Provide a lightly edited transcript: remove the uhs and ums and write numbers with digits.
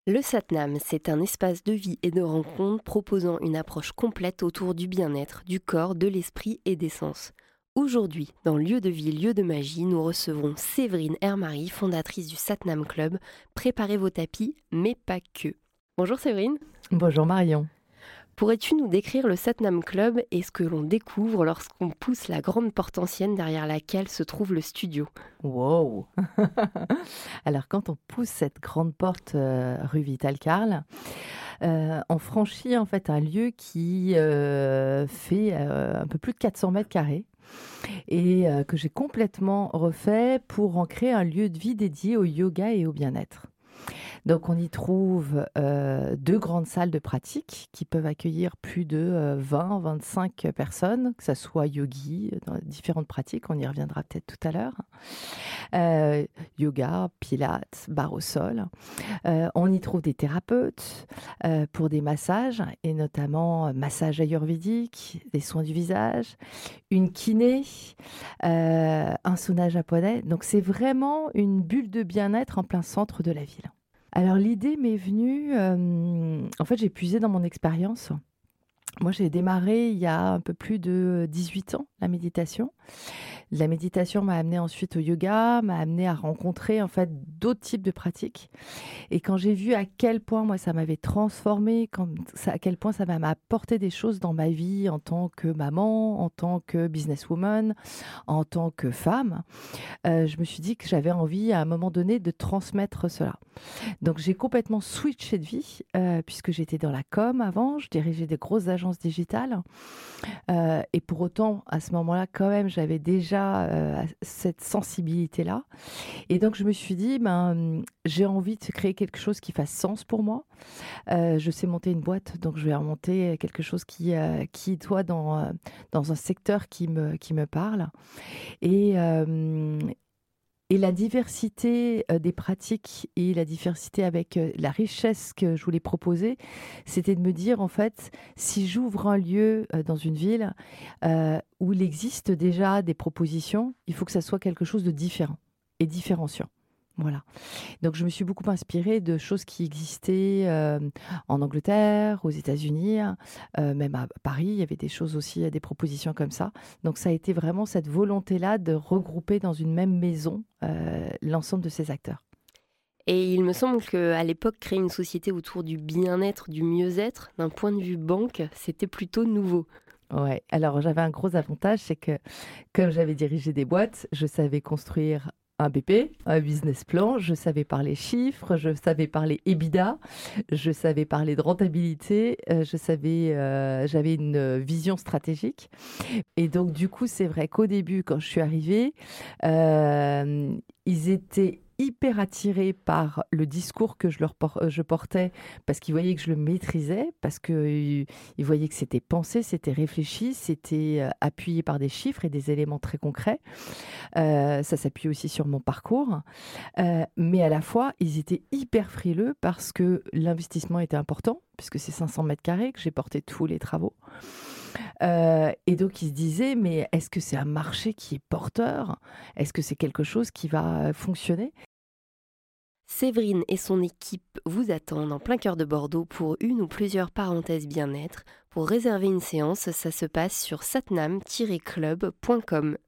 Le Satnam, c'est un espace de vie et de rencontre proposant une approche complète autour du bien-être, du corps, de l'esprit et des sens. Aujourd'hui, dans Lieu de vie, lieu de magie, nous recevons Séverine Hermary, fondatrice du Satnam Club. Préparez vos tapis, mais pas que. Bonjour Séverine. Bonjour Marion. Pourrais-tu nous décrire le Satnam Club et ce que l'on découvre lorsqu'on pousse la grande porte ancienne derrière laquelle se trouve le studio? Wow. Alors quand on pousse cette grande porte rue Vital Karl, on franchit en fait un lieu qui fait un peu plus de 400 mètres carrés et que j'ai complètement refait pour en créer un lieu de vie dédié au yoga et au bien-être. Donc on y trouve 2 grandes salles de pratique qui peuvent accueillir plus de 20-25 personnes, que ça soit yogi, dans différentes pratiques, on y reviendra peut-être tout à l'heure. Yoga, pilates, barre au sol. On y trouve des thérapeutes pour des massages et notamment massage ayurvédique, des soins du visage, une kiné, un sauna japonais. Donc c'est vraiment une bulle de bien-être en plein centre de la ville. Alors l'idée m'est venue, en fait j'ai puisé dans mon expérience. Moi j'ai démarré il y a un peu plus de 18 ans la méditation. La méditation m'a amenée ensuite au yoga, m'a amenée à rencontrer en fait d'autres types de pratiques. Et quand j'ai vu à quel point moi ça m'avait transformée, à quel point ça m'a apporté des choses dans ma vie en tant que maman, en tant que businesswoman, en tant que femme, je me suis dit que j'avais envie à un moment donné de transmettre cela. Donc j'ai complètement switché de vie, puisque j'étais dans la com avant, je dirigeais des grosses agences digitales. Et pour autant, à ce moment-là, quand même, j'avais déjà cette sensibilité-là. Et donc je me suis dit, j'ai envie de créer quelque chose qui fasse sens pour moi. Je sais monter une boîte, donc je vais remonter quelque chose qui soit dans un secteur qui me parle. Et, euh, et la diversité des pratiques et la diversité avec la richesse que je voulais proposer, c'était de me dire, en fait, si j'ouvre un lieu dans une ville où il existe déjà des propositions, il faut que ça soit quelque chose de différent et différenciant. Voilà. Donc, je me suis beaucoup inspirée de choses qui existaient en Angleterre, aux États-Unis, même à Paris. Il y avait des choses aussi, des propositions comme ça. Donc, ça a été vraiment cette volonté-là de regrouper dans une même maison l'ensemble de ces acteurs. Et il me semble qu'à l'époque, créer une société autour du bien-être, du mieux-être, d'un point de vue banque, c'était plutôt nouveau. Ouais. Alors, j'avais un gros avantage, c'est que comme j'avais dirigé des boîtes, je savais construire un BP, un business plan, je savais parler chiffres, je savais parler EBITDA, je savais parler de rentabilité, j'avais une vision stratégique. Et donc, du coup, c'est vrai qu'au début, quand je suis arrivée, ils étaient hyper attirés par le discours que je portais parce qu'ils voyaient que je le maîtrisais, parce qu'ils voyaient que c'était pensé, c'était réfléchi, c'était appuyé par des chiffres et des éléments très concrets. Ça s'appuie aussi sur mon parcours. Mais à la fois, ils étaient hyper frileux parce que l'investissement était important, puisque c'est 500 mètres carrés que j'ai porté tous les travaux. Et donc, ils se disaient, mais est-ce que c'est un marché qui est porteur? Est-ce que c'est quelque chose qui va fonctionner? Séverine et son équipe vous attendent en plein cœur de Bordeaux pour une ou plusieurs parenthèses bien-être. Pour réserver une séance, ça se passe sur satnam-club.com.